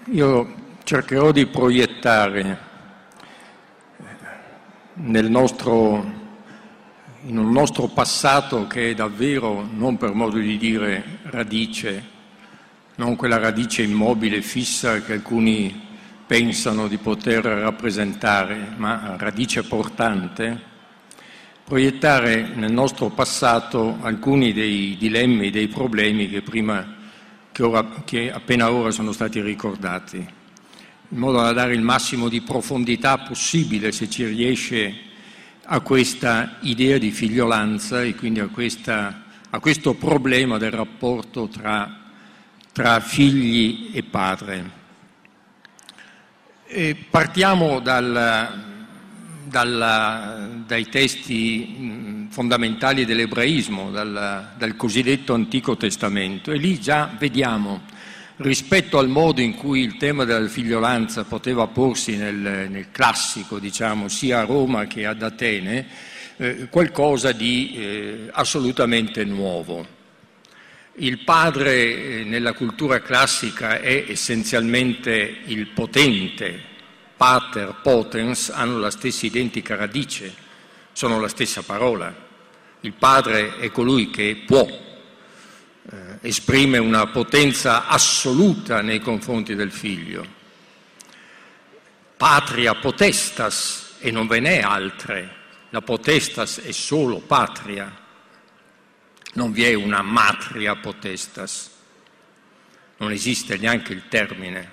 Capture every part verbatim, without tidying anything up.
io cercherò di proiettare nel nostro, in un nostro passato che è davvero, non per modo di dire, radice, non quella radice immobile, fissa che alcuni pensano di poter rappresentare, ma radice portante, proiettare nel nostro passato alcuni dei dilemmi, dei problemi che prima, che, ora, che appena ora sono stati ricordati, in modo da dare il massimo di profondità possibile, se ci riesce, a questa idea di figliolanza e quindi a, questa, a questo problema del rapporto tra, tra figli e padre. E partiamo dal, dalla, dai testi fondamentali dell'ebraismo, dal, dal cosiddetto Antico Testamento, e lì già vediamo, rispetto al modo in cui il tema della figliolanza poteva porsi nel, nel classico, diciamo, sia a Roma che ad Atene, eh, qualcosa di eh, assolutamente nuovo. Il padre eh, nella cultura classica è essenzialmente il potente, pater, potens, hanno la stessa identica radice, sono la stessa parola. Il padre è colui che può, eh, esprime una potenza assoluta nei confronti del figlio. Patria potestas, e non ve n'è altre, la potestas è solo patria. Non vi è una matria potestas, non esiste neanche il termine.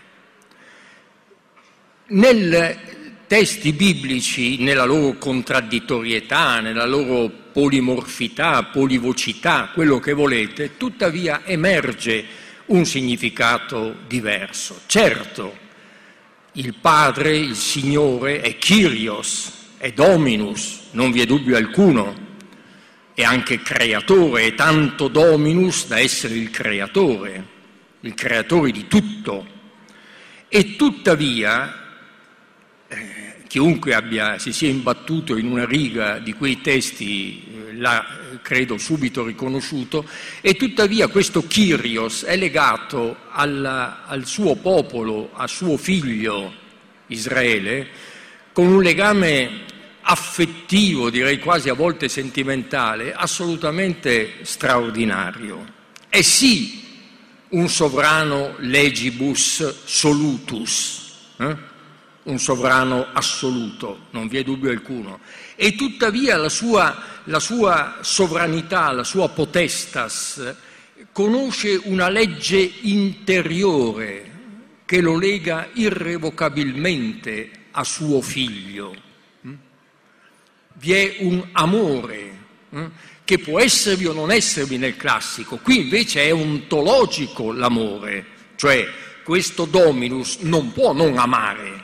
Nei testi biblici, nella loro contraddittorietà, nella loro polimorfità, polivocità, quello che volete, tuttavia emerge un significato diverso. Certo, il Padre, il Signore, è Kyrios, è Dominus, non vi è dubbio alcuno. È anche creatore, è tanto dominus da essere il creatore, il creatore di tutto. E tuttavia, eh, chiunque abbia, si sia imbattuto in una riga di quei testi eh, l'ha, credo, subito riconosciuto, e tuttavia questo Kyrios è legato alla, al suo popolo, al suo figlio Israele, con un legame affettivo, direi quasi a volte sentimentale, assolutamente straordinario. È sì un sovrano legibus solutus, eh? un sovrano assoluto, non vi è dubbio alcuno. E tuttavia la sua, la sua sovranità, la sua potestas, conosce una legge interiore che lo lega irrevocabilmente a suo figlio. Vi è un amore eh, che può esservi o non esservi nel classico, qui invece è ontologico l'amore, cioè questo dominus non può non amare.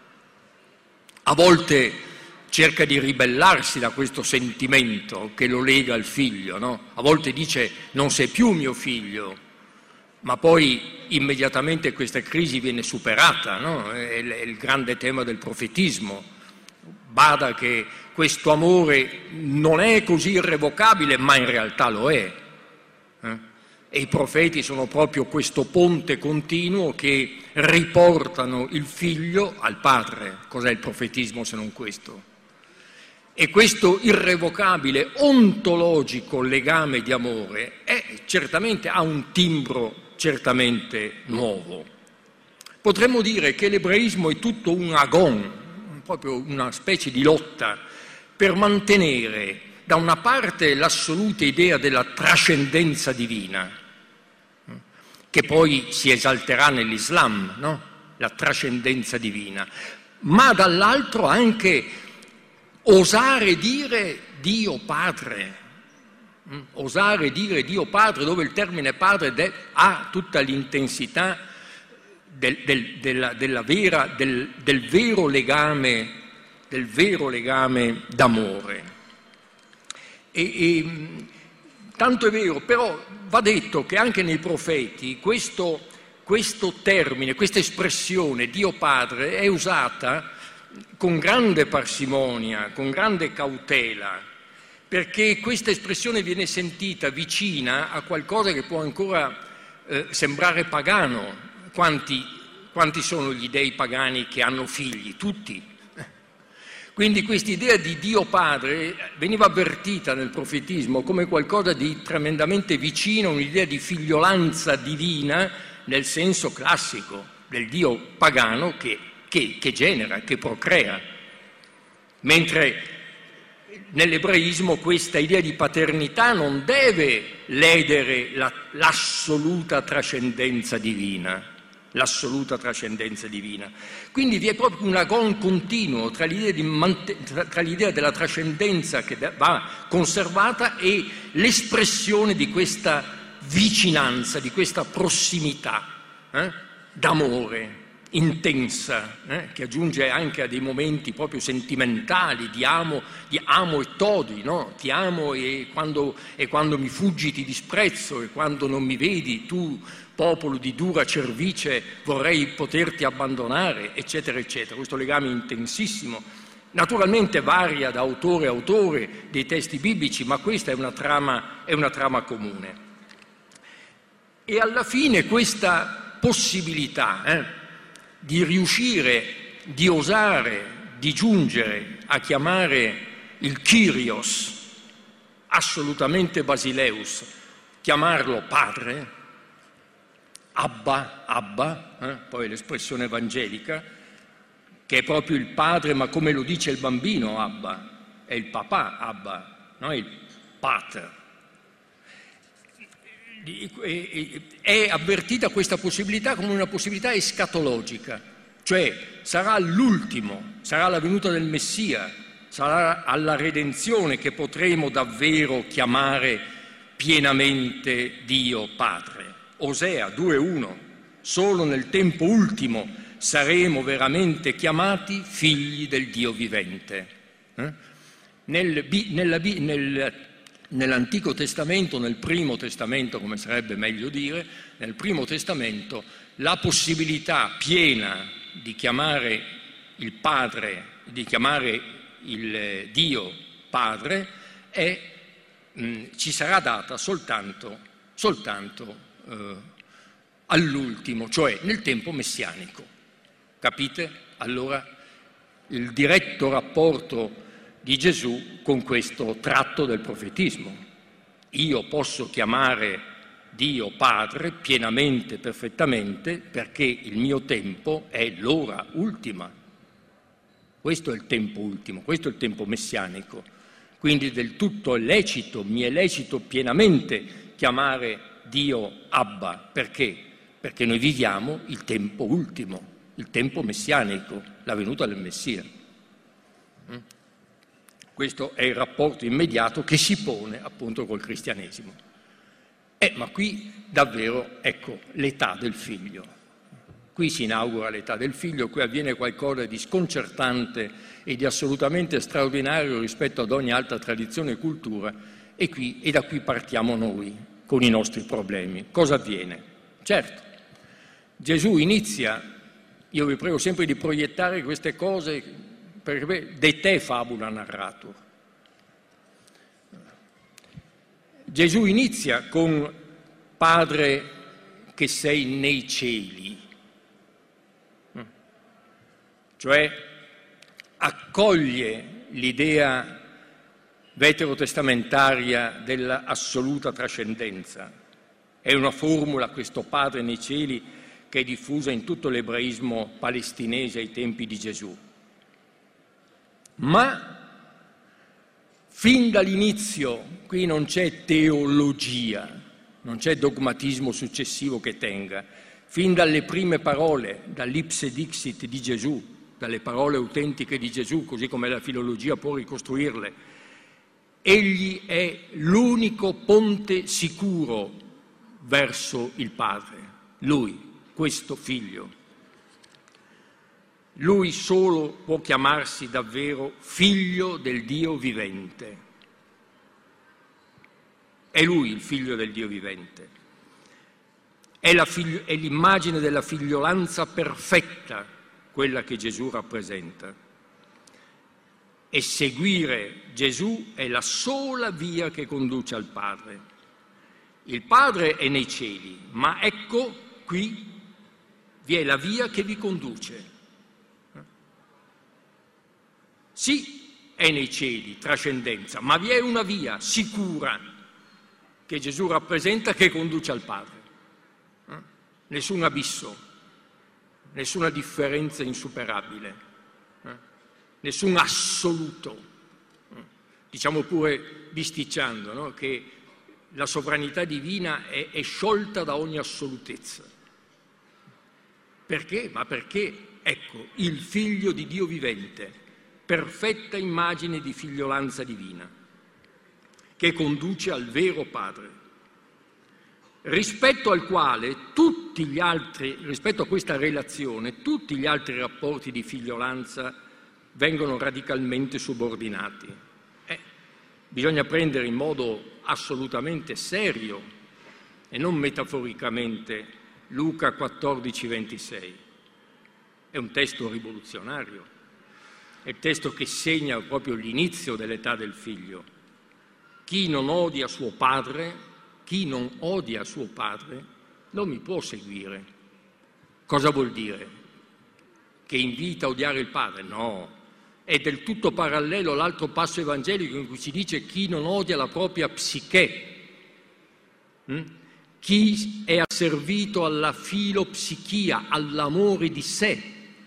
A volte cerca di ribellarsi da questo sentimento che lo lega al figlio, no? A volte dice non sei più mio figlio, ma poi immediatamente questa crisi viene superata, no? È il grande tema del profetismo. Bada che questo amore non è così irrevocabile, ma in realtà lo è. Eh? E i profeti sono proprio questo ponte continuo che riportano il figlio al padre. Cos'è il profetismo se non questo? E questo irrevocabile, ontologico legame di amore è certamente, ha un timbro certamente nuovo. Potremmo dire che l'ebraismo è tutto un agon, proprio una specie di lotta per mantenere da una parte l'assoluta idea della trascendenza divina, che poi si esalterà nell'Islam, no? La trascendenza divina, ma dall'altro anche osare dire Dio Padre, osare dire Dio Padre, dove il termine padre de- ha tutta l'intensità Del, del, della, della vera, del, del vero legame, del vero legame d'amore. E, e, tanto è vero, però va detto che anche nei profeti questo, questo termine, questa espressione Dio Padre è usata con grande parsimonia, con grande cautela, perché questa espressione viene sentita vicina a qualcosa che può ancora eh, sembrare pagano. Quanti, quanti sono gli dei pagani che hanno figli? Tutti. Quindi quest'idea di Dio Padre veniva avvertita nel profetismo come qualcosa di tremendamente vicino, un'idea di figliolanza divina nel senso classico del Dio pagano che, che, che genera, che procrea. Mentre nell'ebraismo questa idea di paternità non deve ledere la, l'assoluta trascendenza divina, l'assoluta trascendenza divina. Quindi vi è proprio un agon continuo tra l'idea, di mant- tra, tra l'idea della trascendenza che va conservata e l'espressione di questa vicinanza, di questa prossimità eh, d'amore intensa, eh, che aggiunge anche a dei momenti proprio sentimentali di amo, di amo e todi, no? Ti amo e quando, e quando mi fuggi ti disprezzo e quando non mi vedi tu, popolo di dura cervice, vorrei poterti abbandonare, eccetera, eccetera. Questo legame intensissimo naturalmente varia da autore a autore dei testi biblici, ma questa è una trama, è una trama comune. E alla fine questa possibilità eh, di riuscire, di osare, di giungere a chiamare il Kyrios, assolutamente Basileus, chiamarlo padre, Abba, Abba, eh, poi l'espressione evangelica, che è proprio il padre, ma come lo dice il bambino Abba, è il papà Abba, no? Il pater. È avvertita questa possibilità come una possibilità escatologica, cioè sarà l'ultimo, sarà la venuta del Messia, sarà alla redenzione che potremo davvero chiamare pienamente Dio Padre. Osea due uno, solo nel tempo ultimo saremo veramente chiamati figli del Dio vivente. Eh? Nel, nella, nel, nell'Antico Testamento, nel Primo Testamento, come sarebbe meglio dire, nel Primo Testamento la possibilità piena di chiamare il Padre, di chiamare il Dio Padre, è, mh, ci sarà data soltanto, soltanto eh, all'ultimo, cioè nel tempo messianico. Capite? Allora il diretto rapporto di Gesù con questo tratto del profetismo. Io posso chiamare Dio Padre pienamente, perfettamente, perché il mio tempo è l'ora ultima. Questo è il tempo ultimo, questo è il tempo messianico. Quindi del tutto è lecito, mi è lecito pienamente chiamare Dio Abba. Perché? Perché noi viviamo il tempo ultimo, il tempo messianico, la venuta del Messia. Questo è il rapporto immediato che si pone appunto col cristianesimo. Eh, ma qui davvero, ecco, l'età del figlio. Qui si inaugura l'età del figlio, qui avviene qualcosa di sconcertante e di assolutamente straordinario rispetto ad ogni altra tradizione e cultura, e, qui, e da qui partiamo noi con i nostri problemi. Cosa avviene? Certo, Gesù inizia, io vi prego sempre di proiettare queste cose, perché de te fabula narratur. Gesù inizia con Padre che sei nei cieli, cioè accoglie l'idea veterotestamentaria dell'assoluta trascendenza. È una formula, questo Padre nei cieli, che è diffusa in tutto l'ebraismo palestinese ai tempi di Gesù. Ma fin dall'inizio qui non c'è teologia, non c'è dogmatismo successivo che tenga. Fin dalle prime parole, dall'ipse dixit di Gesù, dalle parole autentiche di Gesù, così come la filologia può ricostruirle, egli è l'unico ponte sicuro verso il Padre, lui, questo figlio. Lui solo può chiamarsi davvero figlio del Dio vivente. È lui il figlio del Dio vivente. È, la figlio, è l'immagine della figliolanza perfetta, quella che Gesù rappresenta. E seguire Gesù è la sola via che conduce al Padre. Il Padre è nei cieli, ma ecco qui vi è la via che vi conduce. Sì, è nei cieli, trascendenza, ma vi è una via sicura che Gesù rappresenta che conduce al Padre. Nessun abisso, nessuna differenza insuperabile, nessun assoluto. Diciamo pure bisticciando, no? Che la sovranità divina è, è sciolta da ogni assolutezza. Perché? Ma perché, ecco, il Figlio di Dio vivente, perfetta immagine di figliolanza divina, che conduce al vero Padre, rispetto al quale tutti gli altri, rispetto a questa relazione, tutti gli altri rapporti di figliolanza vengono radicalmente subordinati. Eh, bisogna prendere in modo assolutamente serio e non metaforicamente Luca quattordici ventisei. È un testo rivoluzionario, è il testo che segna proprio l'inizio dell'età del figlio. Chi non odia suo padre, chi non odia suo padre, non mi può seguire. Cosa vuol dire? Che invita a odiare il padre? No. È del tutto parallelo l'altro passo evangelico in cui si dice chi non odia la propria psiche, hm? Chi è asservito alla filopsichia, all'amore di sé,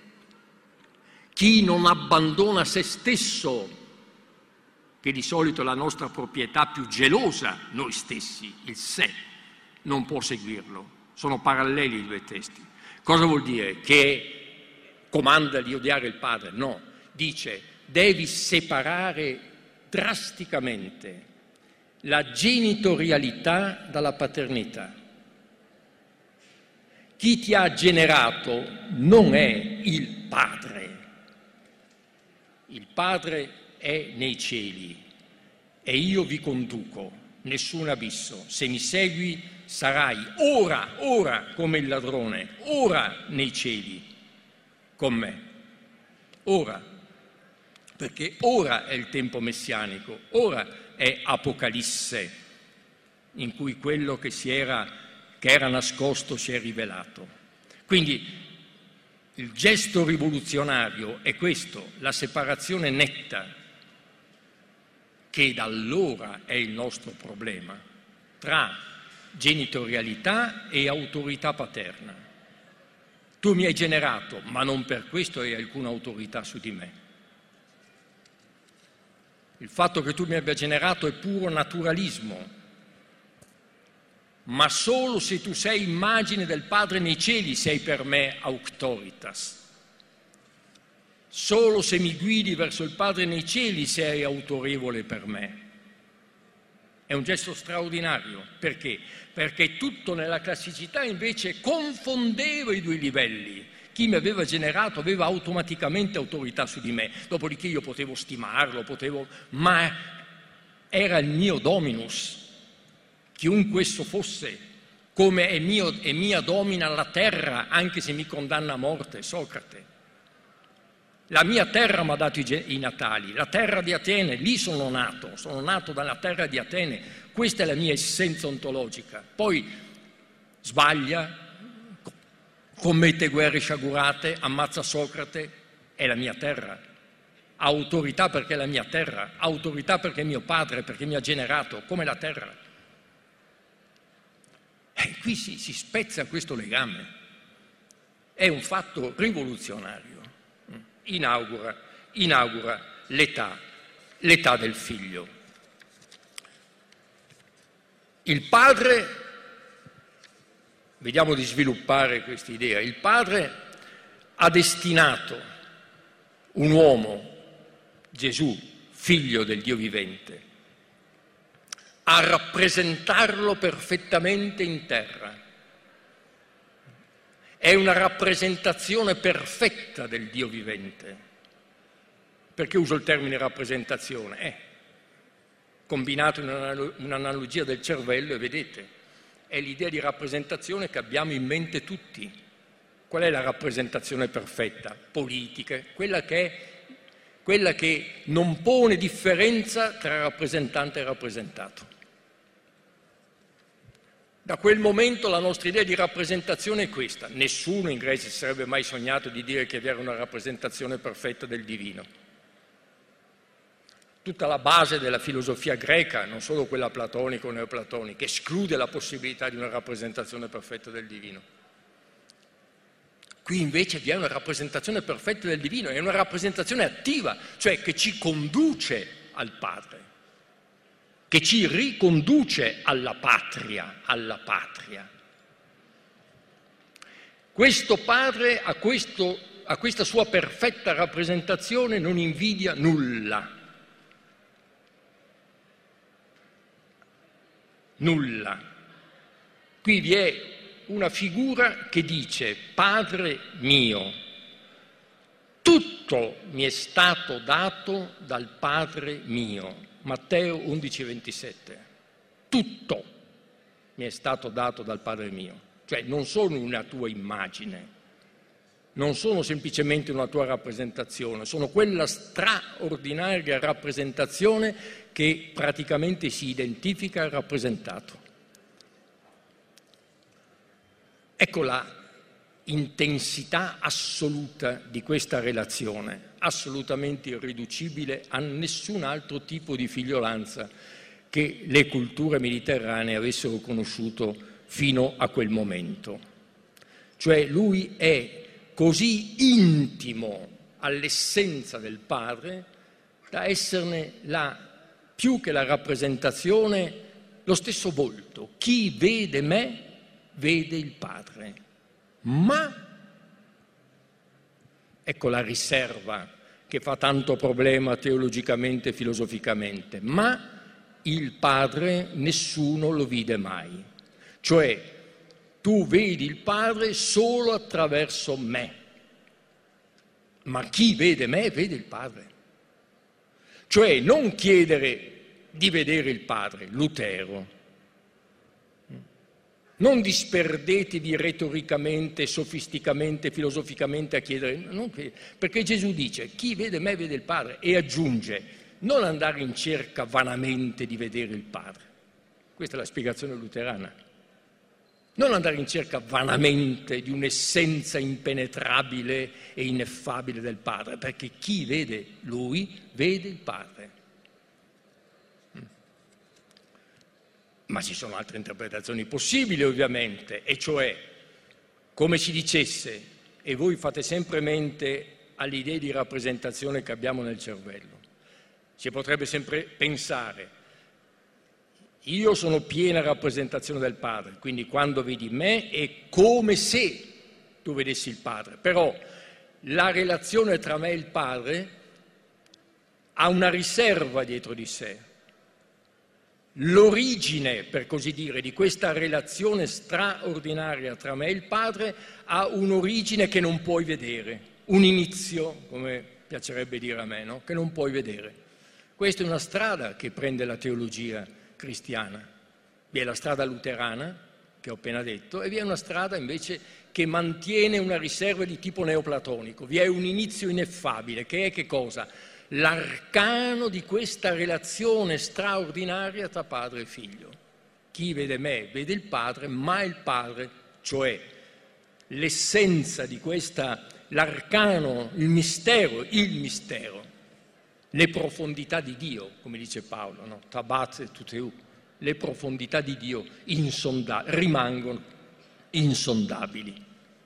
chi non abbandona se stesso, che di solito è la nostra proprietà più gelosa, noi stessi, il sé, non può seguirlo. Sono paralleli i due testi. Cosa vuol dire? Che comanda di odiare il padre? No. Dice, devi separare drasticamente la genitorialità dalla paternità. Chi ti ha generato non è il padre. Il padre è nei cieli e io vi conduco, nessun abisso. Se mi segui sarai ora, ora come il ladrone, ora nei cieli con me. Ora. Perché ora è il tempo messianico, ora è Apocalisse, in cui quello che, si era, che era nascosto si è rivelato. Quindi il gesto rivoluzionario è questo, la separazione netta, che da allora è il nostro problema, tra genitorialità e autorità paterna. Tu mi hai generato, ma non per questo hai alcuna autorità su di me. Il fatto che tu mi abbia generato è puro naturalismo, ma solo se tu sei immagine del Padre nei cieli sei per me auctoritas. Solo se mi guidi verso il Padre nei cieli sei autorevole per me. È un gesto straordinario. Perché? Perché tutto nella classicità invece confondeva i due livelli. Chi mi aveva generato aveva automaticamente autorità su di me, dopodiché io potevo stimarlo, potevo... ma era il mio dominus, chiunque esso fosse, come è, mio, è mia domina la terra, anche se mi condanna a morte, Socrate. La mia terra mi ha dato i, i natali, la terra di Atene, lì sono nato, sono nato dalla terra di Atene, questa è la mia essenza ontologica. Poi sbaglia, commette guerre sciagurate, ammazza Socrate, è la mia terra. Ha autorità perché è la mia terra, ha autorità perché è mio padre, perché mi ha generato, come la terra. E qui si, si spezza questo legame. È un fatto rivoluzionario. Inaugura, inaugura l'età, l'età del figlio. Il padre... Vediamo di sviluppare questa idea. Il Padre ha destinato un uomo, Gesù, figlio del Dio vivente, a rappresentarlo perfettamente in terra. È una rappresentazione perfetta del Dio vivente. Perché uso il termine rappresentazione? Eh, combinato in un'analogia del cervello e vedete, è l'idea di rappresentazione che abbiamo in mente tutti. Qual è la rappresentazione perfetta? Politica, quella che, è, quella che non pone differenza tra rappresentante e rappresentato. Da quel momento la nostra idea di rappresentazione è questa. Nessuno in Grecia si sarebbe mai sognato di dire che vi era una rappresentazione perfetta del divino. Tutta la base della filosofia greca, non solo quella platonica o neoplatonica, esclude la possibilità di una rappresentazione perfetta del divino. Qui invece vi è una rappresentazione perfetta del divino, è una rappresentazione attiva, cioè che ci conduce al Padre, che ci riconduce alla patria, alla patria. Questo Padre a, questo, a questa sua perfetta rappresentazione non invidia nulla. Nulla. Qui vi è una figura che dice: Padre mio, tutto mi è stato dato dal Padre mio. Matteo undici ventisette. Tutto mi è stato dato dal Padre mio. Cioè non sono una tua immagine, non sono semplicemente una tua rappresentazione, sono quella straordinaria rappresentazione che praticamente si identifica al rappresentato. Ecco la intensità assoluta di questa relazione, assolutamente irriducibile a nessun altro tipo di figliolanza che le culture mediterranee avessero conosciuto fino a quel momento. Cioè lui è così intimo all'essenza del Padre da esserne la, più che la rappresentazione, lo stesso volto. Chi vede me vede il Padre. Ma, ecco la riserva che fa tanto problema teologicamente e filosoficamente, ma il Padre nessuno lo vide mai. Cioè, tu vedi il Padre solo attraverso me, ma chi vede me vede il Padre. Cioè, non chiedere di vedere il Padre, Lutero. Non disperdetevi retoricamente, sofisticamente, filosoficamente a chiedere, non, perché Gesù dice: chi vede me vede il Padre, e aggiunge: non andare in cerca vanamente di vedere il Padre. Questa è la spiegazione luterana. Non andare in cerca vanamente di un'essenza impenetrabile e ineffabile del Padre, perché chi vede Lui vede il Padre. Ma ci sono altre interpretazioni possibili, ovviamente, e cioè, come si dicesse, e voi fate sempre mente alle idee di rappresentazione che abbiamo nel cervello, si potrebbe sempre pensare: io sono piena rappresentazione del Padre, quindi quando vedi me è come se tu vedessi il Padre, però la relazione tra me e il Padre ha una riserva dietro di sé. L'origine, per così dire, di questa relazione straordinaria tra me e il Padre ha un'origine che non puoi vedere, un inizio, come piacerebbe dire a me, no? Che non puoi vedere. Questa è una strada che prende la teologia cristiana. Vi è la strada luterana, che ho appena detto, e vi è una strada invece che mantiene una riserva di tipo neoplatonico. Vi è un inizio ineffabile, che è che cosa? L'arcano di questa relazione straordinaria tra padre e figlio. Chi vede me vede il Padre, ma il Padre, cioè l'essenza di questa, l'arcano, il mistero, il mistero, le profondità di Dio, come dice Paolo, no? Tabat et tuteu, le profondità di Dio insonda- rimangono insondabili.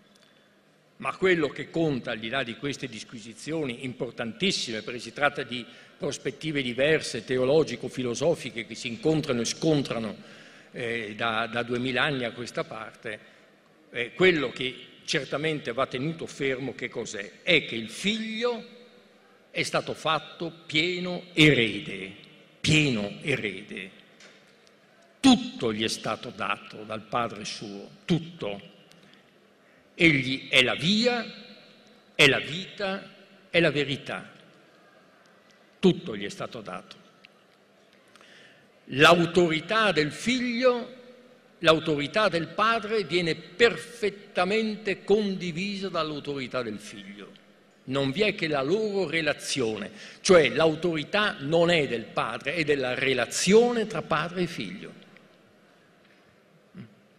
Ma quello che conta, al di là di queste disquisizioni importantissime, perché si tratta di prospettive diverse, teologico-filosofiche, che si incontrano e scontrano eh, da, da duemila anni a questa parte, eh, quello che certamente va tenuto fermo che cos'è? È che il figlio è stato fatto pieno erede, pieno erede. Tutto gli è stato dato dal Padre suo, tutto. Egli è la via, è la vita, è la verità. Tutto gli è stato dato. L'autorità del figlio, l'autorità del padre viene perfettamente condivisa dall'autorità del figlio. Non vi è che la loro relazione, cioè l'autorità non è del padre, è della relazione tra padre e figlio.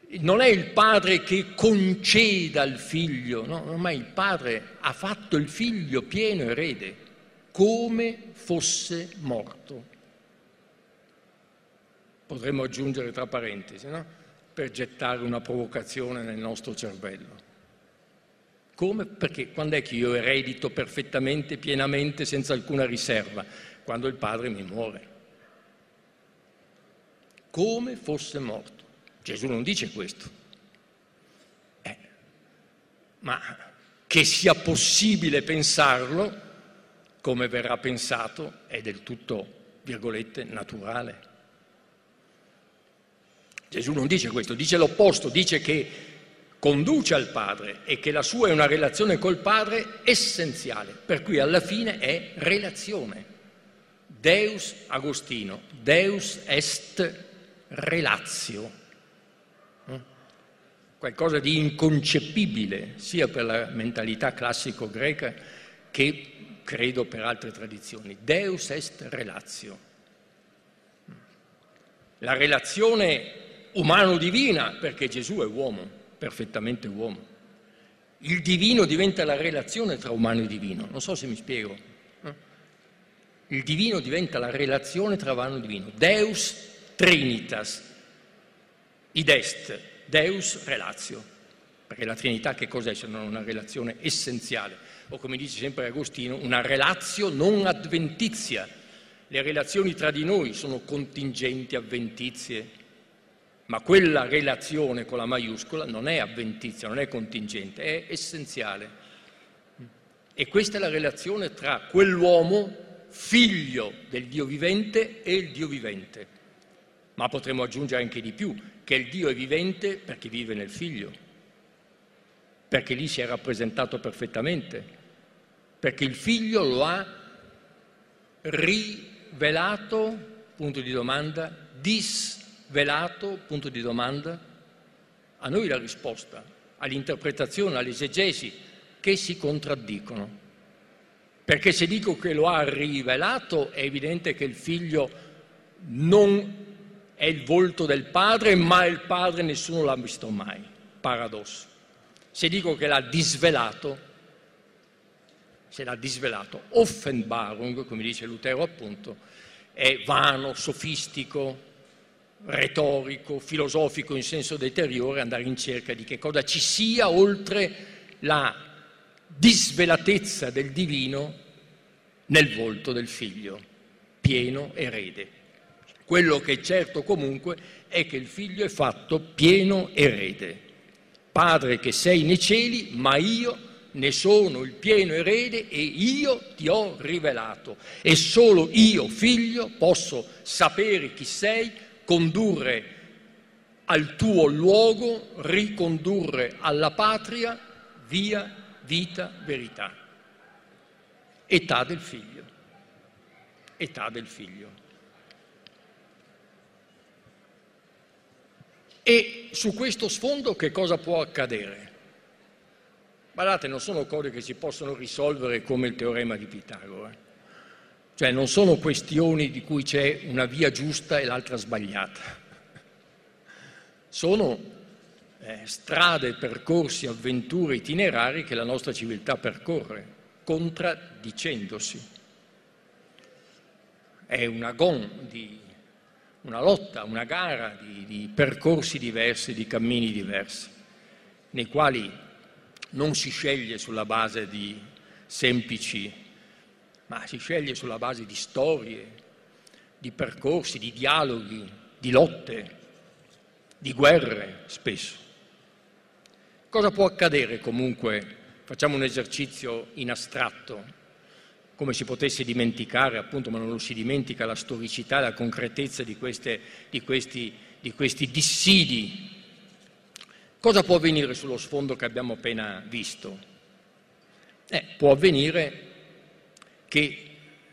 non è il padre che conceda al figlio, no, ormai il padre ha fatto il figlio pieno erede, come fosse morto. Potremmo aggiungere tra parentesi, no? Per gettare una provocazione nel nostro cervello. Come? Perché quando è che io eredito perfettamente, pienamente, senza alcuna riserva? Quando il padre mi muore. Come fosse morto. Gesù non dice questo. Eh, ma che sia possibile pensarlo, come verrà pensato, è del tutto, virgolette, naturale. Gesù non dice questo, dice l'opposto, dice che conduce al Padre e che la sua è una relazione col Padre essenziale, per cui alla fine è relazione. Deus, Agostino, Deus est relatio. Qualcosa di inconcepibile sia per la mentalità classico-greca che credo per altre tradizioni. Deus est relatio. La relazione umano-divina, perché Gesù è uomo, perfettamente uomo. Il divino diventa la relazione tra umano e divino, non so se mi spiego. Il divino diventa la relazione tra umano e divino. Deus Trinitas, id est, Deus relatio. Perché la Trinità che cos'è se non una relazione essenziale? O come dice sempre Agostino, una relatio non adventizia. Le relazioni tra di noi sono contingenti, avventizie, ma quella relazione con la maiuscola non è avventizia, non è contingente, è essenziale. E questa è la relazione tra quell'uomo, figlio del Dio vivente, e il Dio vivente. Ma potremmo aggiungere anche di più, che il Dio è vivente perché vive nel figlio, perché lì si è rappresentato perfettamente, perché il figlio lo ha rivelato, punto di domanda, dis velato, punto di domanda, a noi la risposta, all'interpretazione, all'esegesi, che si contraddicono. Perché se dico che lo ha rivelato, è evidente che il figlio non è il volto del padre, ma il padre nessuno l'ha visto mai. Paradosso. Se dico che l'ha disvelato, se l'ha disvelato, Offenbarung, come dice Lutero appunto, è vano, sofistico, retorico, filosofico in senso deteriore, andare in cerca di che cosa ci sia oltre la disvelatezza del divino nel volto del figlio, pieno erede. Quello che è certo comunque è che il figlio è fatto pieno erede. Padre che sei nei cieli, ma io ne sono il pieno erede e io ti ho rivelato. E solo io, figlio, posso sapere chi sei, condurre al tuo luogo, ricondurre alla patria, via, vita, verità. Età del figlio. Età del figlio. E su questo sfondo che cosa può accadere? Guardate, non sono cose che si possono risolvere come il teorema di Pitagora. Cioè non sono questioni di cui c'è una via giusta e l'altra sbagliata. Sono eh, strade, percorsi, avventure, itinerari che la nostra civiltà percorre, contraddicendosi. È un agon, di, una lotta, una gara di, di percorsi diversi, di cammini diversi, nei quali non si sceglie sulla base di semplici, ma si sceglie sulla base di storie, di percorsi, di dialoghi, di lotte, di guerre spesso. Cosa può accadere comunque? Facciamo un esercizio in astratto, come si potesse dimenticare, appunto, ma non lo si dimentica, la storicità e la concretezza di, queste, di, questi, di questi dissidi. Cosa può avvenire sullo sfondo che abbiamo appena visto? Eh, può avvenire che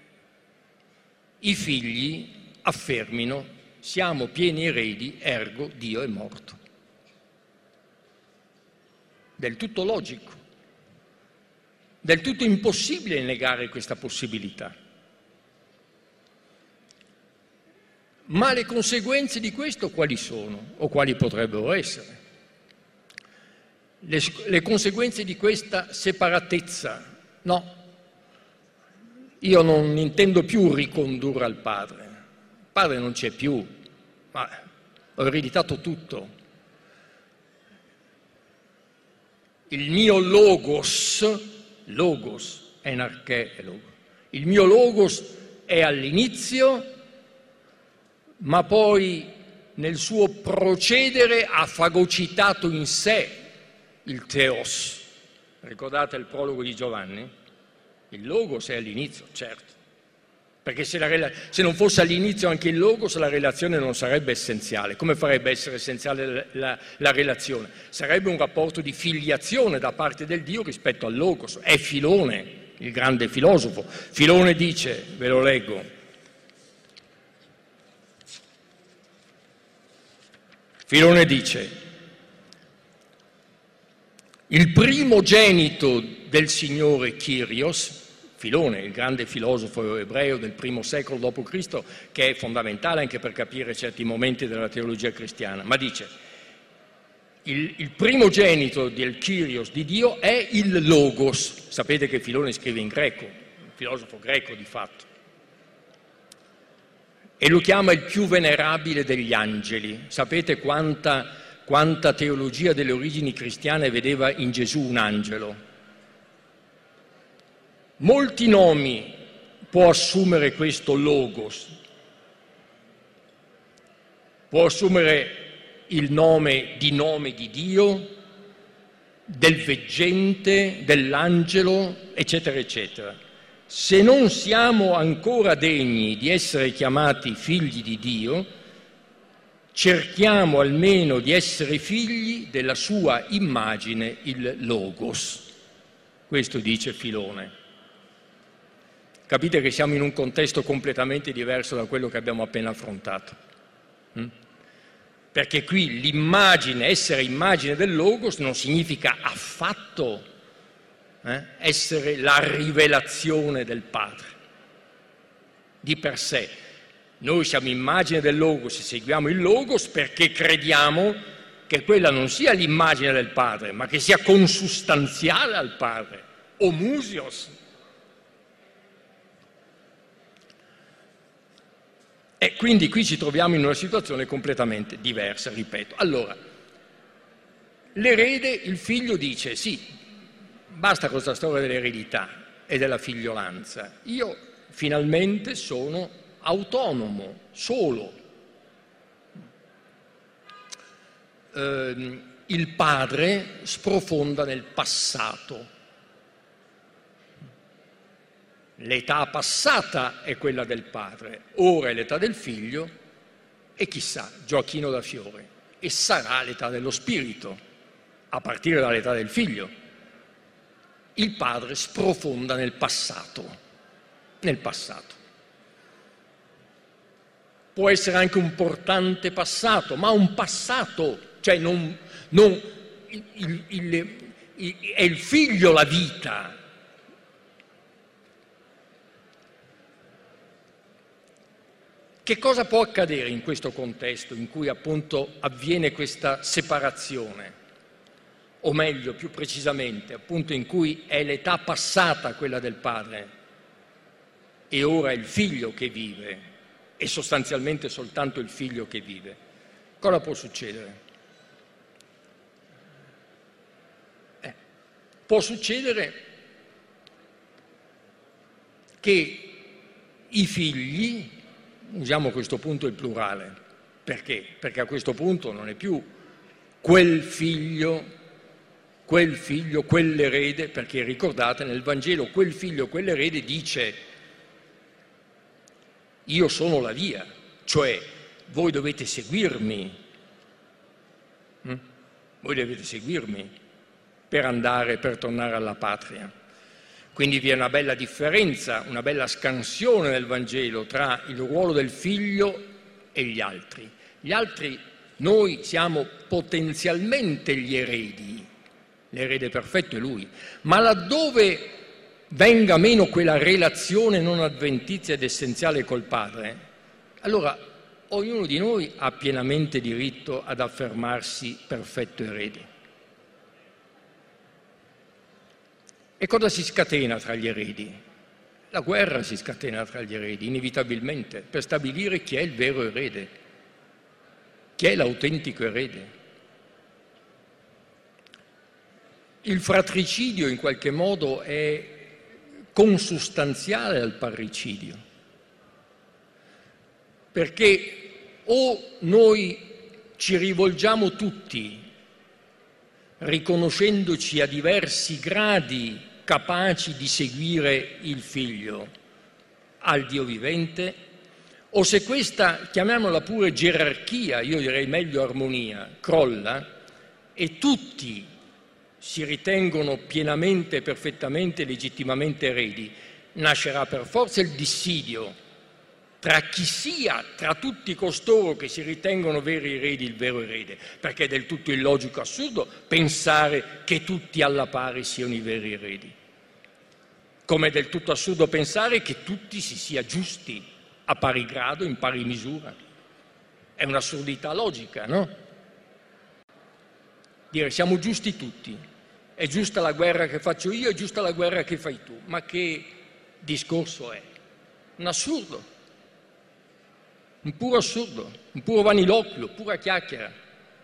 i figli affermino siamo pieni eredi, ergo Dio è morto. Del tutto logico, del tutto impossibile negare questa possibilità. Ma le conseguenze di questo quali sono o quali potrebbero essere? le, le conseguenze di questa separatezza. No, io non intendo più ricondurre al Padre. Il Padre non c'è più, ma ho ereditato tutto. Il mio logos, logos, enarché è logos, il mio logos è all'inizio, ma poi nel suo procedere ha fagocitato in sé il Theos. Ricordate il prologo di Giovanni? Il logos è all'inizio, certo, perché se, la rela- se non fosse all'inizio anche il logos, la relazione non sarebbe essenziale. Come farebbe a essere essenziale la, la, la relazione? Sarebbe un rapporto di filiazione da parte del Dio rispetto al logos. È Filone, il grande filosofo. Filone dice, ve lo leggo, Filone dice, il primogenito del Signore Kyrios, Filone, il grande filosofo ebreo del primo secolo dopo Cristo, che è fondamentale anche per capire certi momenti della teologia cristiana, ma dice, il, il primogenito del Kyrios di Dio è il Logos. Sapete che Filone scrive in greco, un filosofo greco di fatto, e lo chiama il più venerabile degli angeli. Sapete quanta, quanta teologia delle origini cristiane vedeva in Gesù un angelo? Molti nomi può assumere questo Logos. Può assumere il nome di nome di Dio, del veggente, dell'angelo, eccetera, eccetera. Se non siamo ancora degni di essere chiamati figli di Dio, cerchiamo almeno di essere figli della sua immagine, il Logos. Questo dice Filone. Capite che siamo in un contesto completamente diverso da quello che abbiamo appena affrontato. Mm? Perché qui l'immagine, essere immagine del Logos non significa affatto eh, essere la rivelazione del Padre. Di per sé. Noi siamo immagine del Logos e seguiamo il Logos perché crediamo che quella non sia l'immagine del Padre, ma che sia consustanziale al Padre, homusios. E quindi qui ci troviamo in una situazione completamente diversa, ripeto. Allora, l'erede, il figlio dice, sì, basta con questa storia dell'eredità e della figliolanza. Io finalmente sono autonomo, solo. Eh, il padre sprofonda nel passato. L'età passata è quella del padre, ora è l'età del figlio e chissà, Gioacchino da Fiore, e sarà l'età dello spirito, a partire dall'età del figlio. Il padre sprofonda nel passato, nel passato. Può essere anche un portante passato, ma un passato, cioè non, non il, il, il, il, è il figlio la vita. Che cosa può accadere in questo contesto in cui appunto avviene questa separazione? O meglio, più precisamente, appunto in cui è l'età passata quella del padre e ora è il figlio che vive, e sostanzialmente soltanto il figlio che vive. Cosa può succedere? Eh, può succedere che i figli, usiamo a questo punto il plurale, perché? Perché a questo punto non è più quel figlio, quel figlio, quell'erede, perché ricordate nel Vangelo quel figlio, quell'erede dice io sono la via, cioè voi dovete seguirmi, hm? voi dovete seguirmi per andare, per tornare alla patria. Quindi vi è una bella differenza, una bella scansione nel Vangelo tra il ruolo del figlio e gli altri. Gli altri, noi siamo potenzialmente gli eredi, l'erede perfetto è lui, ma laddove venga meno quella relazione non avventizia ed essenziale col Padre, allora ognuno di noi ha pienamente diritto ad affermarsi perfetto erede. E cosa si scatena tra gli eredi? La guerra si scatena tra gli eredi, inevitabilmente, per stabilire chi è il vero erede, chi è l'autentico erede. Il fratricidio in qualche modo è consustanziale al parricidio, perché o noi ci rivolgiamo tutti, riconoscendoci a diversi gradi capaci di seguire il Figlio al Dio vivente, o se questa, chiamiamola pure gerarchia, io direi meglio armonia, crolla e tutti si ritengono pienamente, perfettamente, legittimamente eredi, nascerà per forza il dissidio tra chi sia, tra tutti costoro che si ritengono veri eredi, il vero erede, perché è del tutto illogico e assurdo pensare che tutti alla pari siano i veri eredi. Come è del tutto assurdo pensare che tutti si sia giusti a pari grado, in pari misura. È un'assurdità logica, no? Dire siamo giusti tutti, è giusta la guerra che faccio io, è giusta la guerra che fai tu. Ma che discorso è? Un assurdo. Un puro assurdo, un puro vaniloquio, pura chiacchiera.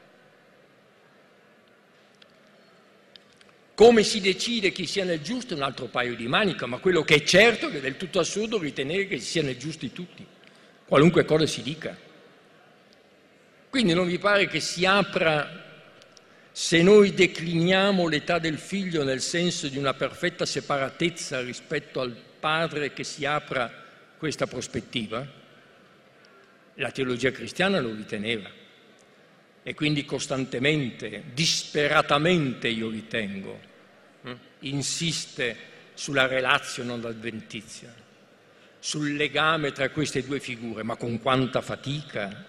Come si decide chi sia nel giusto è un altro paio di maniche, ma quello che è certo è che è del tutto assurdo ritenere che si sia nel giusti tutti, qualunque cosa si dica. Quindi non vi pare che si apra, se noi decliniamo l'età del figlio nel senso di una perfetta separatezza rispetto al padre, che si apra questa prospettiva? La teologia cristiana lo riteneva e quindi costantemente, disperatamente io ritengo, eh, insiste sulla relatio non adventizia, sul legame tra queste due figure, ma con quanta fatica.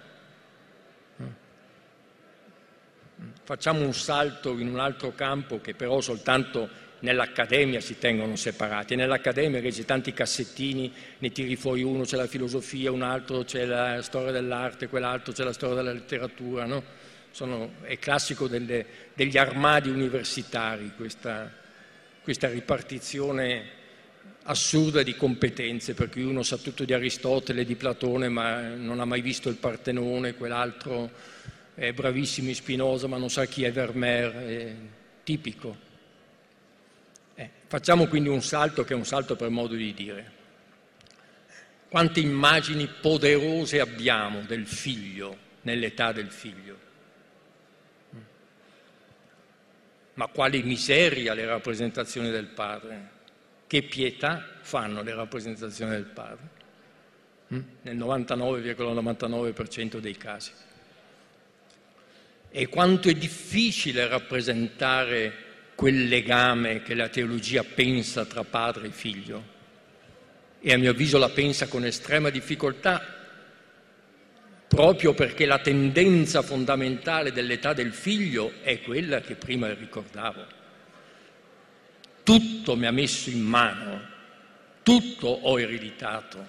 Facciamo un salto in un altro campo che però soltanto nell'accademia si tengono separati. Nell'accademia che c'è tanti cassettini, ne tiri fuori uno, c'è la filosofia, un altro c'è la storia dell'arte, quell'altro c'è la storia della letteratura, no? Sono, è classico delle, degli armadi universitari questa, questa ripartizione assurda di competenze, per cui uno sa tutto di Aristotele, di Platone, ma non ha mai visto il Partenone, quell'altro è bravissimo in Spinoza, ma non sa chi è Vermeer, è tipico. Eh, facciamo quindi un salto che è un salto per modo di dire. Quante immagini poderose abbiamo del figlio, nell'età del figlio. Ma quali miseria le rappresentazioni del padre, che pietà fanno le rappresentazioni del padre, nel novantanove virgola novantanove per cento dei casi. E quanto è difficile rappresentare quel legame che la teologia pensa tra padre e figlio, e a mio avviso la pensa con estrema difficoltà, proprio perché la tendenza fondamentale dell'età del figlio è quella che prima ricordavo. Tutto mi ha messo in mano, tutto ho ereditato.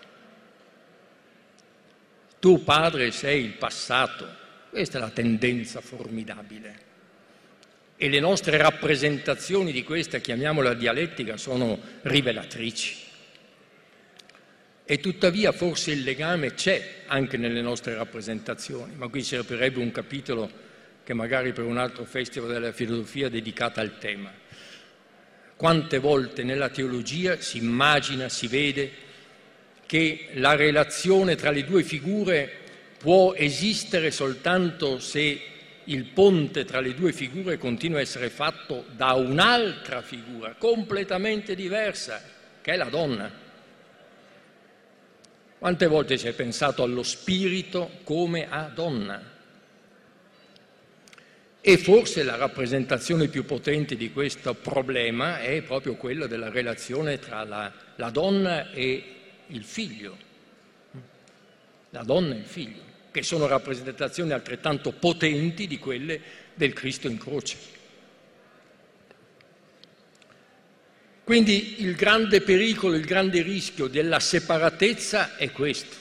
Tu, padre, sei il passato. Questa è la tendenza formidabile. E le nostre rappresentazioni di questa, chiamiamola dialettica, sono rivelatrici. E tuttavia forse il legame c'è anche nelle nostre rappresentazioni, ma qui servirebbe un capitolo che magari per un altro festival della filosofia dedicata al tema. Quante volte nella teologia si immagina, si vede che la relazione tra le due figure può esistere soltanto se il ponte tra le due figure continua a essere fatto da un'altra figura completamente diversa, che è la donna. Quante volte si è pensato allo spirito come a donna? E forse la rappresentazione più potente di questo problema è proprio quella della relazione tra la, la donna e il figlio. La donna e il figlio, che sono rappresentazioni altrettanto potenti di quelle del Cristo in croce. Quindi il grande pericolo, il grande rischio della separatezza è questo,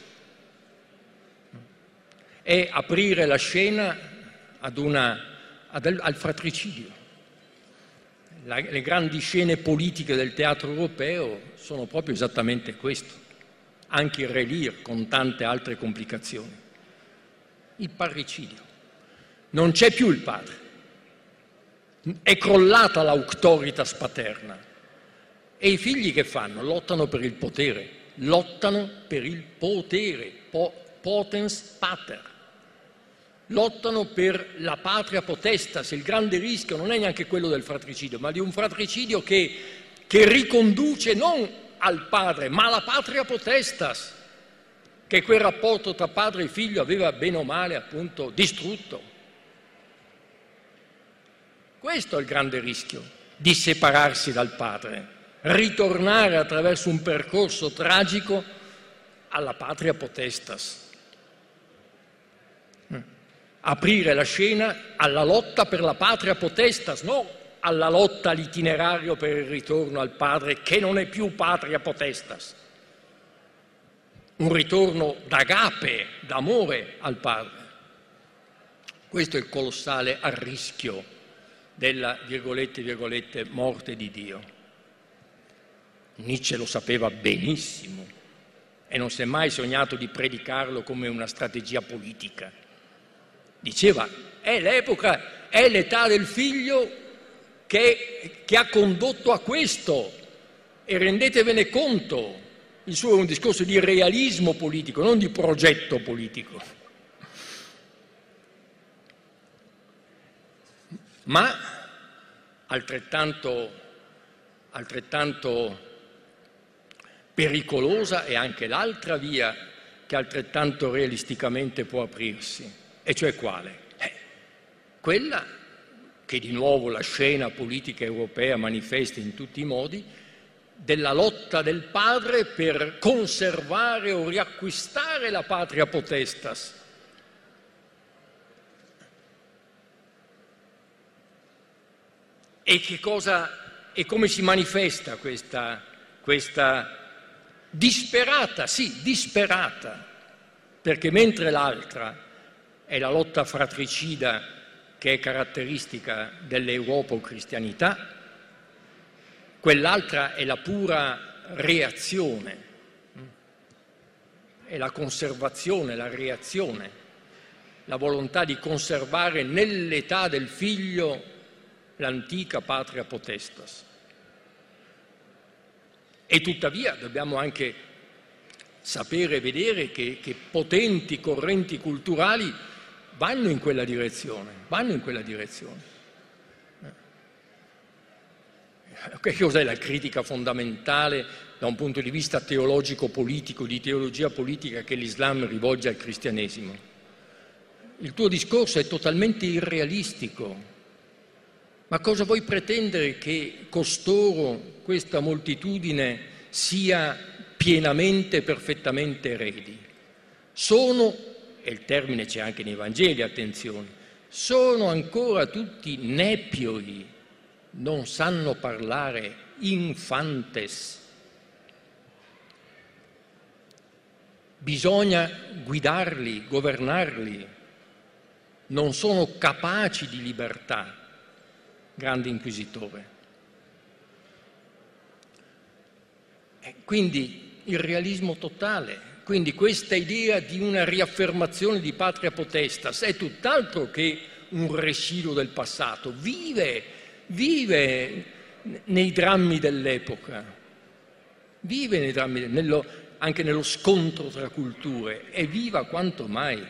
è aprire la scena ad una, ad, al fratricidio. la, le grandi scene politiche del teatro europeo sono proprio esattamente questo, anche il Re Lear con tante altre complicazioni. Il parricidio. Non c'è più il padre, è crollata l'auctoritas paterna e i figli che fanno? Lottano per il potere, lottano per il potere, po- potens pater. Lottano per la patria potestas. Il grande rischio non è neanche quello del fratricidio, ma di un fratricidio che, che riconduce non al padre, ma alla patria potestas, che quel rapporto tra padre e figlio aveva bene o male appunto distrutto. Questo è il grande rischio di separarsi dal padre, ritornare attraverso un percorso tragico alla patria potestas. Aprire la scena alla lotta per la patria potestas, non alla lotta all'itinerario per il ritorno al padre che non è più patria potestas. Un ritorno d'agape, d'amore al padre. Questo è il colossale arrischio della, virgolette, virgolette, morte di Dio. Nietzsche lo sapeva benissimo e non si è mai sognato di predicarlo come una strategia politica. Diceva, è l'epoca, è l'età del figlio che, che ha condotto a questo e rendetevene conto. Il suo è un discorso di realismo politico, non di progetto politico. Ma altrettanto, altrettanto pericolosa è anche l'altra via che altrettanto realisticamente può aprirsi. E cioè quale? Eh, quella che di nuovo la scena politica europea manifesta in tutti i modi, della lotta del padre per conservare o riacquistare la patria potestas. E che cosa, e come si manifesta questa, questa disperata, sì, disperata, perché mentre l'altra è la lotta fratricida che è caratteristica dell'europo-cristianità, quell'altra è la pura reazione, è la conservazione, la reazione, la volontà di conservare nell'età del figlio l'antica patria potestas. E tuttavia dobbiamo anche sapere e vedere che, che potenti correnti culturali vanno in quella direzione, vanno in quella direzione. Che cos'è la critica fondamentale da un punto di vista teologico-politico, di teologia politica che l'Islam rivolge al cristianesimo? Il tuo discorso è totalmente irrealistico. Ma cosa vuoi pretendere che costoro, questa moltitudine, sia pienamente e perfettamente eredi? Sono, e il termine c'è anche nei Vangeli, attenzione, sono ancora tutti nepioi, non sanno parlare, infantes. Bisogna guidarli, governarli, non sono capaci di libertà. Grande inquisitore. E quindi il realismo totale, quindi questa idea di una riaffermazione di patria potestas è tutt'altro che un residuo del passato, vive, vive nei drammi dell'epoca, vive nei drammi, nello, anche nello scontro tra culture, è viva quanto mai.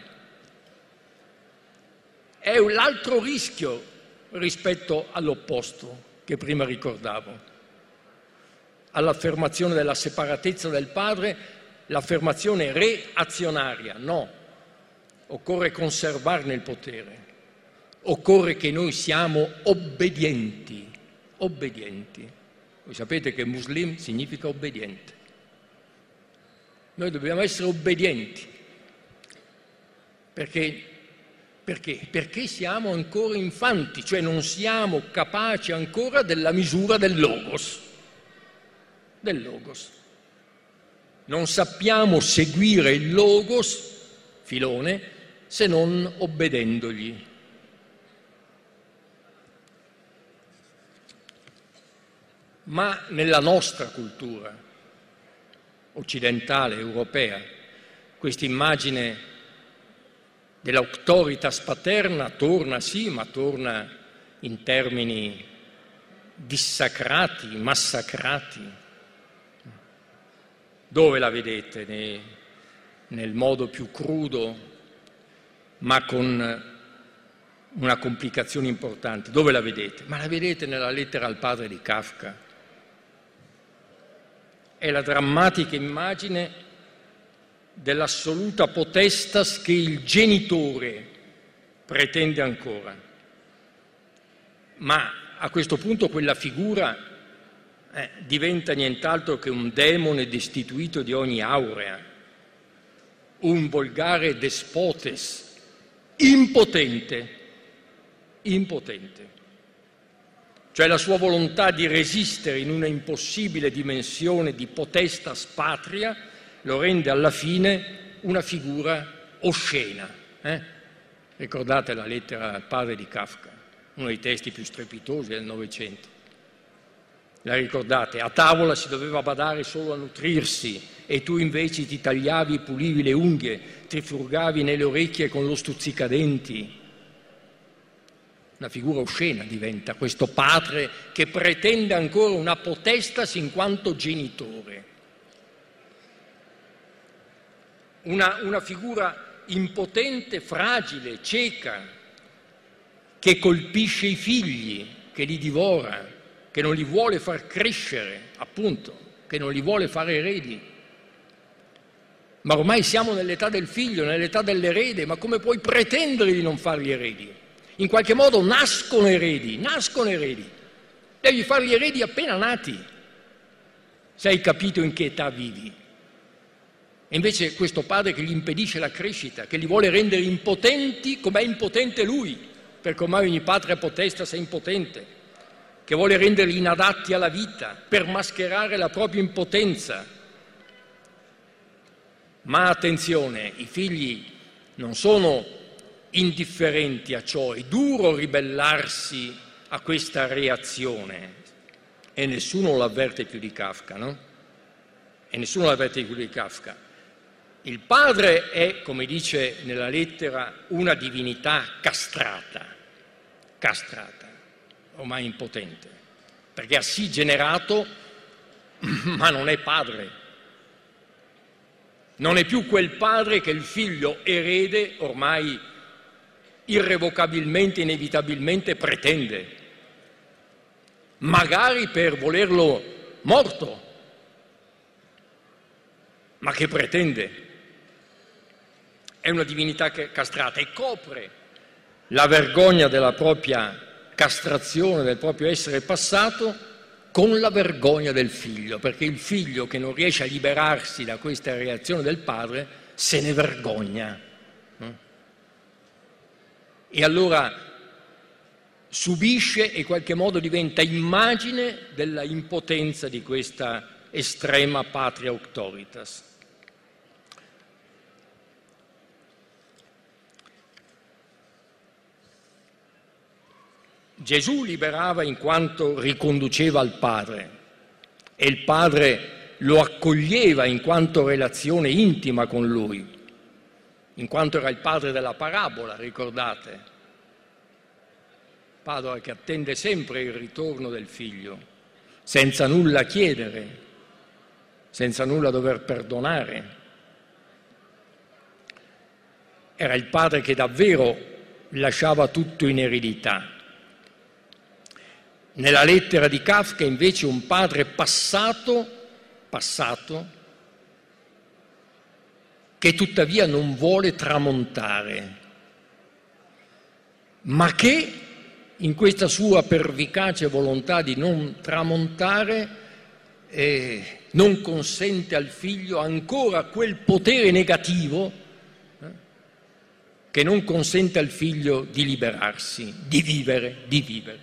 È l'altro rischio rispetto all'opposto che prima ricordavo, all'affermazione della separatezza del padre, l'affermazione reazionaria, no, occorre conservarne il potere, occorre che noi siamo obbedienti, obbedienti. Voi sapete che muslim significa obbediente. Noi dobbiamo essere obbedienti, perché Perché? Perché siamo ancora infanti, cioè non siamo capaci ancora della misura del logos. Del logos. Non sappiamo seguire il logos, Filone, se non obbedendogli. ma nella nostra cultura occidentale, europea, questa immagine dell'auctoritas paterna torna, sì, ma torna in termini dissacrati, massacrati. Dove la vedete? Ne, nel modo più crudo, ma con una complicazione importante. Dove la vedete? Ma la vedete nella lettera al padre di Kafka. È la drammatica immagine dell'assoluta potestas che il genitore pretende ancora. Ma a questo punto quella figura eh, diventa nient'altro che un demone destituito di ogni aurea, un volgare despotes, impotente, impotente. Cioè la sua volontà di resistere in una impossibile dimensione di potestas patria lo rende alla fine una figura oscena. Eh? Ricordate la lettera al padre di Kafka, uno dei testi più strepitosi del Novecento. La ricordate? A tavola si doveva badare solo a nutrirsi e tu invece ti tagliavi, pulivi le unghie, trifurgavi nelle orecchie con lo stuzzicadenti. Una figura oscena diventa questo padre che pretende ancora una potestas in quanto genitore. Una, una figura impotente, fragile, cieca, che colpisce i figli, che li divora, che non li vuole far crescere, appunto, che non li vuole fare eredi. Ma ormai siamo nell'età del figlio, nell'età dell'erede, ma come puoi pretendere di non farli eredi? In qualche modo nascono eredi, nascono eredi. Devi farli eredi appena nati, se hai capito in che età vivi. E invece questo padre che gli impedisce la crescita, che li vuole rendere impotenti come è impotente lui, perché ormai ogni patria potestas è impotente, che vuole renderli inadatti alla vita per mascherare la propria impotenza. Ma attenzione, i figli non sono indifferenti a ciò, è duro ribellarsi a questa reazione e nessuno lo avverte più di Kafka, no? E nessuno lo avverte più di Kafka. Il padre è, come dice nella lettera, una divinità castrata, castrata, ormai impotente, perché ha sì generato, ma non è padre. Non è più quel padre che il figlio erede ormai irrevocabilmente, inevitabilmente pretende, magari per volerlo morto, ma che pretende. È una divinità castrata e copre la vergogna della propria castrazione, del proprio essere passato, con la vergogna del figlio, perché il figlio che non riesce a liberarsi da questa reazione del padre se ne vergogna. E allora subisce e in qualche modo diventa immagine della impotenza di questa estrema patria auctoritas. Gesù liberava in quanto riconduceva al Padre e il Padre lo accoglieva in quanto relazione intima con Lui, in quanto era il padre della parabola, ricordate? Padre che attende sempre il ritorno del figlio, senza nulla chiedere, senza nulla dover perdonare. Era il padre che davvero lasciava tutto in eredità. Nella lettera di Kafka invece un padre passato, passato, che tuttavia non vuole tramontare, ma che in questa sua pervicace volontà di non tramontare eh, non consente al figlio ancora quel potere negativo eh, che non consente al figlio di liberarsi, di vivere, di vivere.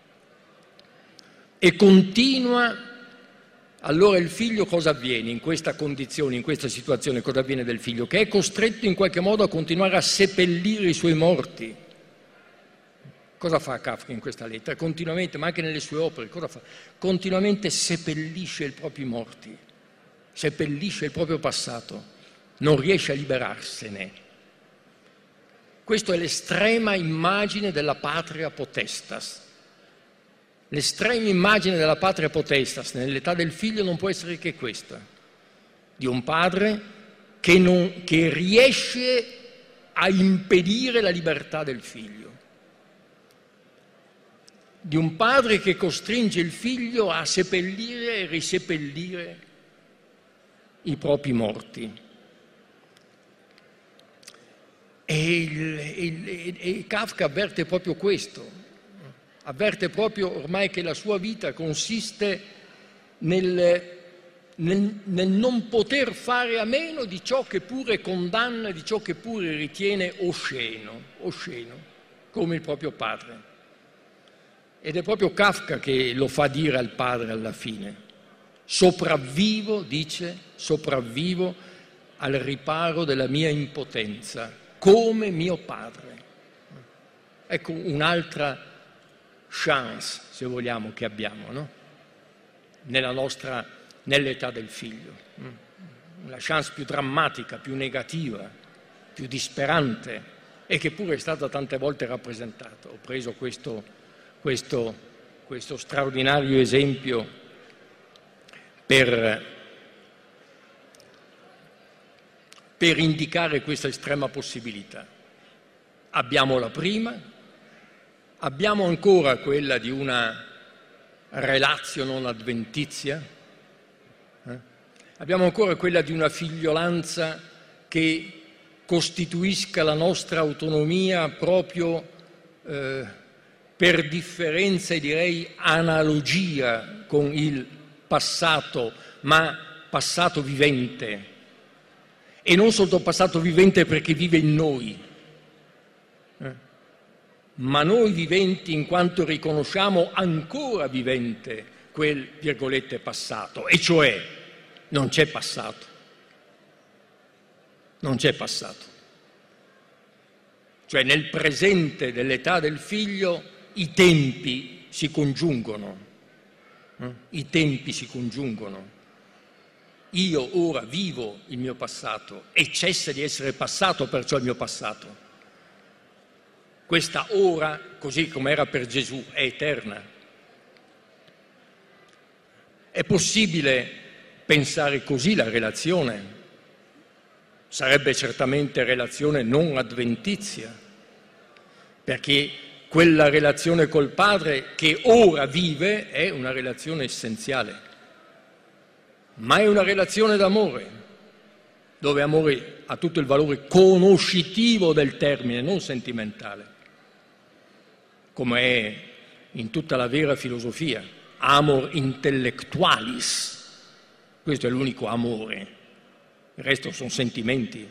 E continua. Allora il figlio cosa avviene in questa condizione, in questa situazione? Cosa avviene del figlio? Che è costretto in qualche modo a continuare a seppellire i suoi morti. Cosa fa Kafka in questa lettera? Continuamente, ma anche nelle sue opere, cosa fa? Continuamente seppellisce i propri morti, seppellisce il proprio passato, non riesce a liberarsene. Questa è l'estrema immagine della patria potestas. L'estrema immagine della patria potestas nell'età del figlio non può essere che questa, di un padre che, non, che riesce a impedire la libertà del figlio, di un padre che costringe il figlio a seppellire e riseppellire i propri morti. E, il, il, e Kafka avverte proprio questo, avverte proprio ormai che la sua vita consiste nel, nel, nel non poter fare a meno di ciò che pure condanna, di ciò che pure ritiene osceno, osceno, come il proprio padre. Ed è proprio Kafka che lo fa dire al padre alla fine. Sopravvivo, dice, sopravvivo al riparo della mia impotenza, come mio padre. Ecco un'altra chance, se vogliamo, che abbiamo, no? Nella nostra, nell'età del figlio. Una chance più drammatica, più negativa, più disperante, e che pure è stata tante volte rappresentata. Ho preso questo Questo, questo straordinario esempio per, per indicare questa estrema possibilità. Abbiamo la prima, abbiamo ancora quella di una relatio non adventizia, eh? Abbiamo ancora quella di una figliolanza che costituisca la nostra autonomia proprio eh, per differenza e direi analogia con il passato, ma passato vivente. E non solo passato vivente perché vive in noi, eh? ma noi viventi in quanto riconosciamo ancora vivente quel, virgolette, passato. E cioè non c'è passato. Non c'è passato. Cioè nel presente dell'età del figlio i tempi si congiungono, eh? I tempi si congiungono. Io ora vivo il mio passato e cessa di essere passato perciò il mio passato. Questa ora, così come era per Gesù, è eterna. È possibile pensare così la relazione? Sarebbe certamente relazione non adventizia, perché quella relazione col Padre che ora vive è una relazione essenziale, ma è una relazione d'amore, dove amore ha tutto il valore conoscitivo del termine, non sentimentale, come è in tutta la vera filosofia, amor intellectualis, questo è l'unico amore, il resto sono sentimenti.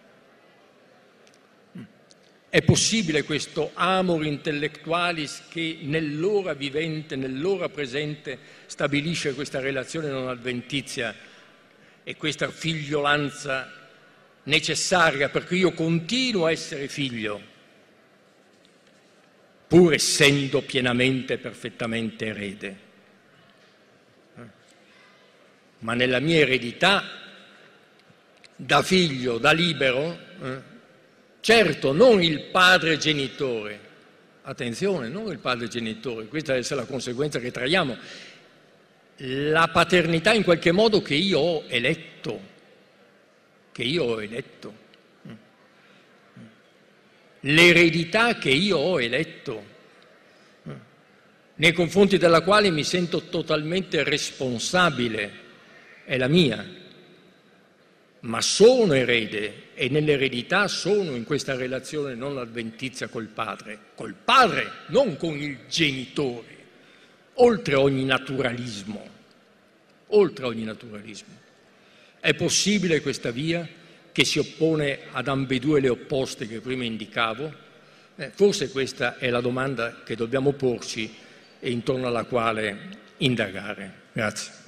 È possibile questo amor intellectualis che nell'ora vivente, nell'ora presente stabilisce questa relazione non adventizia e questa figliolanza necessaria per cui io continuo a essere figlio, pur essendo pienamente e perfettamente erede. Ma nella mia eredità da figlio, da libero, eh, certo, non il padre genitore, attenzione, non il padre genitore, questa deve essere la conseguenza che traiamo, la paternità in qualche modo che io ho eletto, che io ho eletto, l'eredità che io ho eletto, nei confronti della quale mi sento totalmente responsabile, è la mia. Ma sono erede e nell'eredità sono in questa relazione non adventizia col padre, col padre, non con il genitore, oltre ogni naturalismo, oltre ogni naturalismo. È possibile questa via che si oppone ad ambedue le opposte che prima indicavo? Eh, forse questa è la domanda che dobbiamo porci e intorno alla quale indagare. Grazie.